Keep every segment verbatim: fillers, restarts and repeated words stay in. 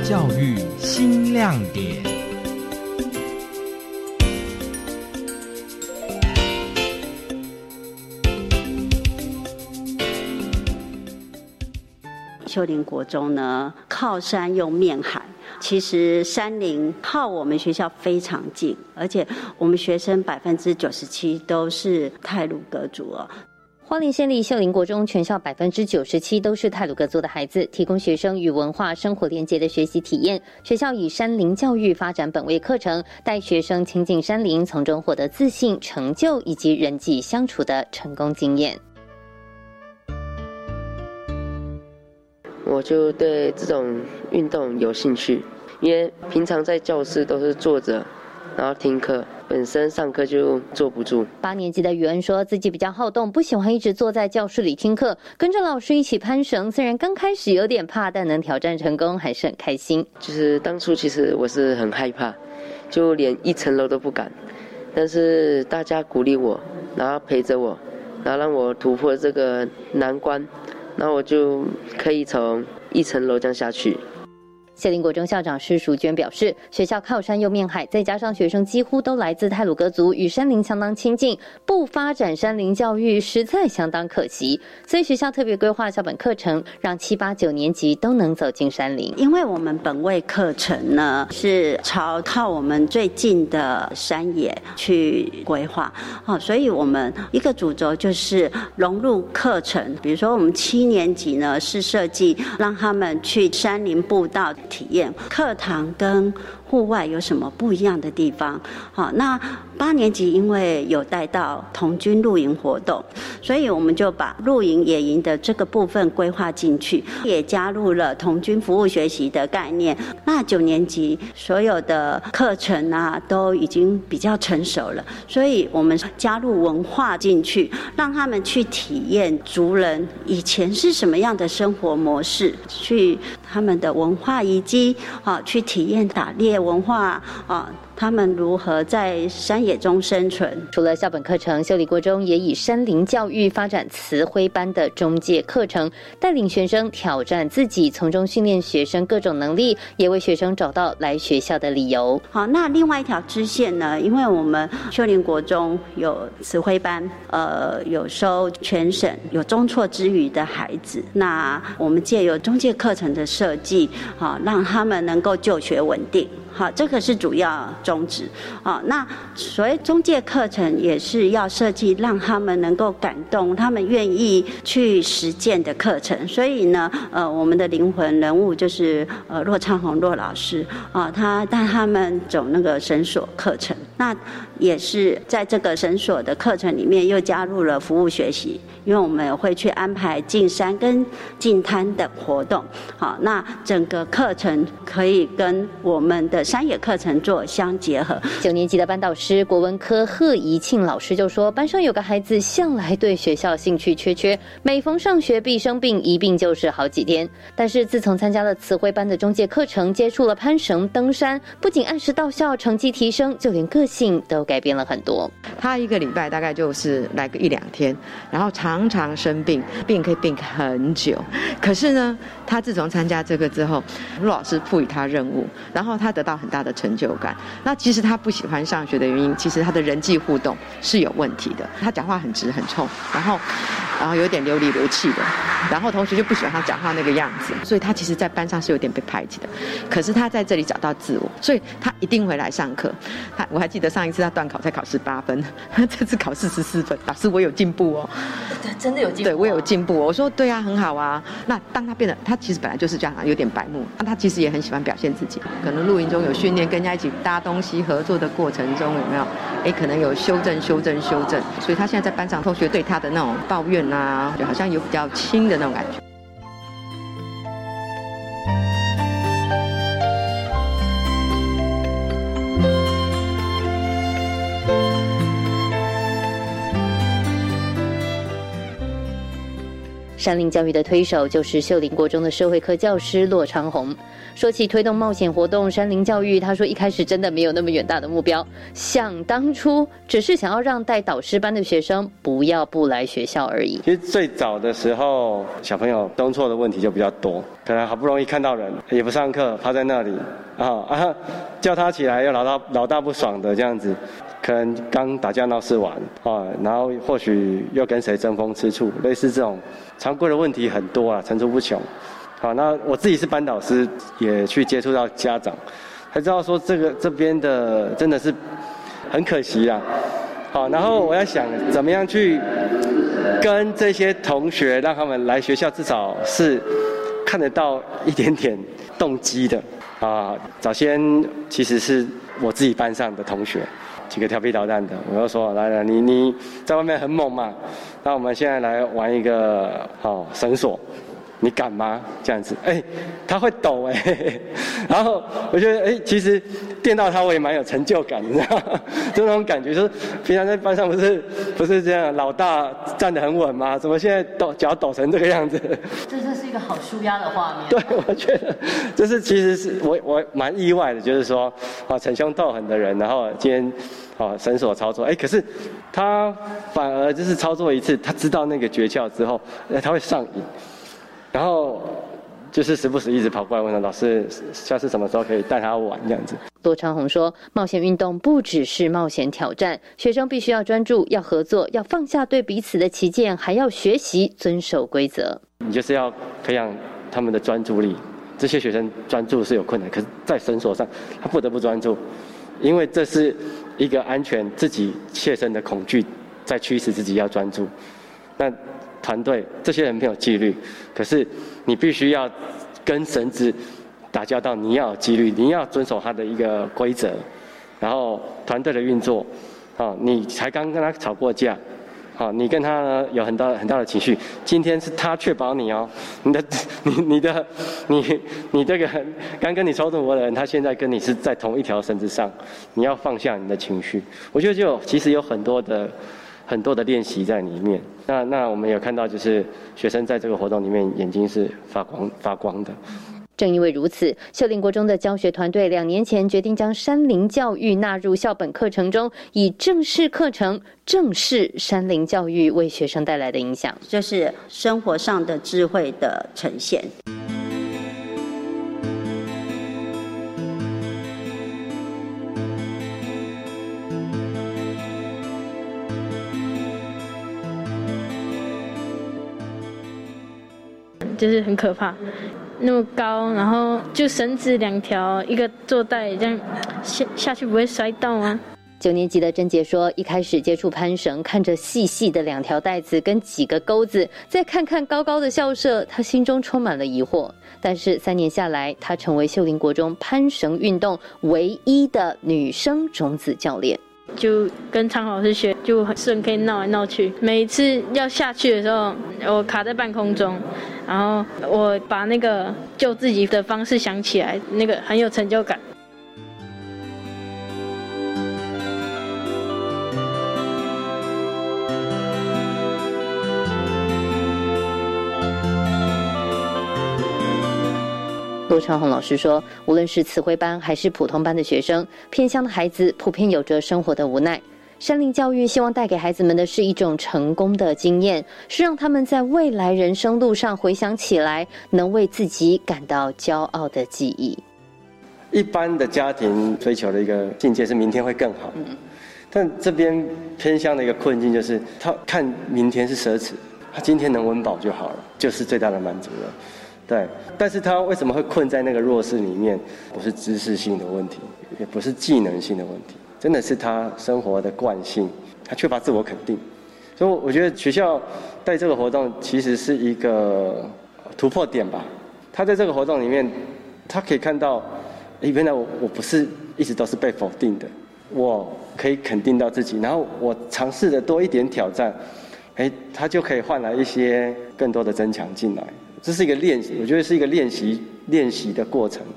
教育新亮点。 秀林国中呢，靠山又面海，其实山林靠我们学校非常近，而且我们学生百分之九十七都是太鲁阁族哦。 花莲县立秀林国中全校百分之九十七都是太鲁阁族的孩子，提供学生与文化生活连结的学习体验。学校以山林教育发展本位课程，带学生亲近山林，从中获得自信、成就以及人际相处的成功经验。 我就对这种运动有兴趣，因为平常在教室都是坐着，然后听课，本身上课就坐不住。 八年级的宇恩说自己比较好动，不喜欢一直坐在教室里听课，跟着老师一起攀绳，虽然刚开始有点怕，但能挑战成功还是很开心。 就是当初其实我是很害怕，就连一层楼都不敢，但是大家鼓励我，然后陪着我，然后让我突破这个难关，然后我就可以从一层楼这样下去。 秀林国中校长施淑娟表示，学校靠山又面海，再加上学生几乎都来自太鲁阁族，与山林相当亲近，不发展山林教育实在相当可惜，所以学校特别规划校本课程，让七八九年级都能走进山林。 因为我们本位课程呢是朝靠我们最近的山野去规划，哦，所以我们一个主轴就是融入课程，比如说我们七年级呢是设计让他们去山林步道体验，课堂跟户外有什么不一样的地方？好，那八年级因为有带到童军露营活动，所以我们就把露营野营的这个部分规划进去，也加入了童军服务学习的概念。那九年级所有的课程啊都已经比较成熟了，所以我们加入文化进去，让他们去体验族人以前是什么样的生活模式，去他们的文化遗迹啊，去体验打猎文化啊，他们如何在山野中生存。 除了校本课程，秀林国中也以山林教育发展词汇班的中介课程，带领学生挑战自己，从中训练学生各种能力，也为学生找到来学校的理由。 好，那另外一条支线呢，因为我们秀林国中有词汇班，呃，有收全省有中辍之余的孩子，那我们借由中介课程的设计，好，让他们能够就学稳定。好，这个是主要宗旨。好，那所谓中介课程也是要设计让他们能够感动，他们愿意去实践的课程。所以呢，呃，我们的灵魂人物就是呃骆昌宏骆老师啊，他带他们走那个绳索课程。那也是在这个绳索的课程里面又加入了服务学习，因为我们会去安排进山跟进滩的活动。好，那整个课程可以跟我们的山野课程做相结合。 九年级的班导师国文科贺怡庆老师就说，班上有个孩子向来对学校兴趣缺缺，每逢上学必生病，一病就是好几天。但是自从参加了词汇班的中介课程，接触了攀绳、登山，不仅按时到校，成绩提升，就连个性都改变了很多。 他一个礼拜大概就是来个一两天，然后常常生病，病可以病很久。可是呢，他自从参加这个之后，陆老师赋予他任务，然后他得到很大的成就感。那其实他不喜欢上学的原因，其实他的人际互动是有问题的。他讲话很直很冲，然后然后有点流里流气的，然后同学就不喜欢他讲话那个样子，所以他其实在班上是有点被排挤的。可是他在这里找到自我，所以他一定会来上课。他我还记得上一次他段考才考十八分，这次考四十四分，老师我有进步哦。 真的有进步、啊？ 对，我有进步、哦。我说对啊，很好啊。那当他变得，他其实本来就是这样，有点白目。那他其实也很喜欢表现自己。可能露营中有训练，跟人家一起搭东西合作的过程中，有没有？哎，可能有修正、修正、修正。所以他现在在班上，同学对他的那种抱怨啊，就好像有比较轻的那种感觉。 山林教育的推手就是秀林国中的社会科教师骆昌宏。说起推动冒险活动山林教育，他说一开始真的没有那么远大的目标，想当初只是想要让带导师班的学生不要不来学校而已。 其实最早的时候，小朋友动错的问题就比较多，可能好不容易看到人，也不上课，趴在那里啊啊，叫他起来又老大老大不爽的这样子。可能刚打架闹事完啊，然后或许又跟谁争风吃醋，类似这种常规的问题很多啊，层出不穷。好，那我自己是班导师，也去接触到家长，才知道说这个这边的真的是很可惜啦。好，然后我要想怎么样去跟这些同学，让他们来学校，至少是看得到一点点动机的啊。早先其实是我自己班上的同学。几个调皮捣蛋的，我就说来来，你你在外面很猛嘛，那我们现在来玩一个哦绳索，你敢吗？这样子，哎、欸，他会抖哎、欸，然后我觉得哎、欸，其实电到他我也蛮有成就感，你知道吗？就那种感觉，就是平常在班上不是不是这样，老大站得很稳吗？怎么现在抖脚抖成这个样子？ 这真是一个好舒压的画面。 对，我觉得这是其实是我我蛮意外的，就是说啊逞凶斗狠的人，然后今天。哦，绳索操作，哎，可是他反而就是操作一次，他知道那个诀窍之后，哎，他会上瘾，然后就是时不时一直跑过来问他老师，下次什么时候可以带他玩这样子。 骆昌宏说，冒险运动不只是冒险挑战，学生必须要专注，要合作，要放下对彼此的歧见，还要学习遵守规则。 你就是要培养他们的专注力，这些学生专注是有困难，可是在绳索上，他不得不专注。因为这是一个安全自己切身的恐惧，在驱使自己要专注。那团队这些人没有纪律，可是你必须要跟绳子打交道，你要有纪律，你要遵守它的一个规则，然后团队的运作，啊，你才刚跟他吵过架。好，你跟他呢有很大很大的情绪，今天是他确保你哦，你的你你的你你这个刚跟你冲突的人，他现在跟你是在同一条绳子上，你要放下你的情绪。我觉得就其实有很多的很多的练习在里面。那那我们有看到，就是学生在这个活动里面眼睛是发光发光的。 正因为如此，秀林国中的教学团队两年前决定将山林教育纳入校本课程中，以正式课程正视山林教育为学生带来的影响， 就是生活上的智慧的呈现。 就是很可怕，那么高，然后就绳子两条，一个坐带，这样下下去不会摔到吗？ 九年级的甄杰说，一开始接触攀绳，看着细细的两条带子跟几个钩子，再看看高高的校舍，他心中充满了疑惑。但是三年下来，他成为秀林国中攀绳运动唯一的女生种子教练。 就跟常老师学，就很顺，可以闹来闹去。每一次要下去的时候，我卡在半空中，然后我把那个救自己的方式想起来，那个很有成就感。 骆昌宏老师说，无论是词汇班还是普通班的学生，偏乡的孩子普遍有着生活的无奈。山林教育希望带给孩子们的是一种成功的经验，是让他们在未来人生路上回想起来，能为自己感到骄傲的记忆。 一般的家庭追求的一个境界是明天会更好，嗯、但这边偏乡的一个困境就是，他看明天是奢侈，他今天能温饱就好了，就是最大的满足了。对，但是他为什么会困在那个弱势里面？不是知识性的问题，也不是技能性的问题，真的是他生活的惯性，他缺乏自我肯定。所以我觉得学校带这个活动其实是一个突破点吧。他在这个活动里面，他可以看到，诶，原来我我不是一直都是被否定的，我可以肯定到自己，然后我尝试的多一点挑战，诶，他就可以换来一些更多的增强进来。这是一个练习，我觉得是一个练习练习的过程。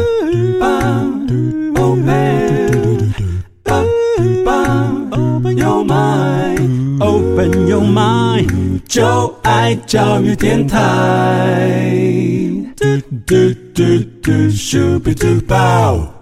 Open your mind, open your mind， 就爱教育电台。嘟嘟嘟嘟，咻比嘟爆。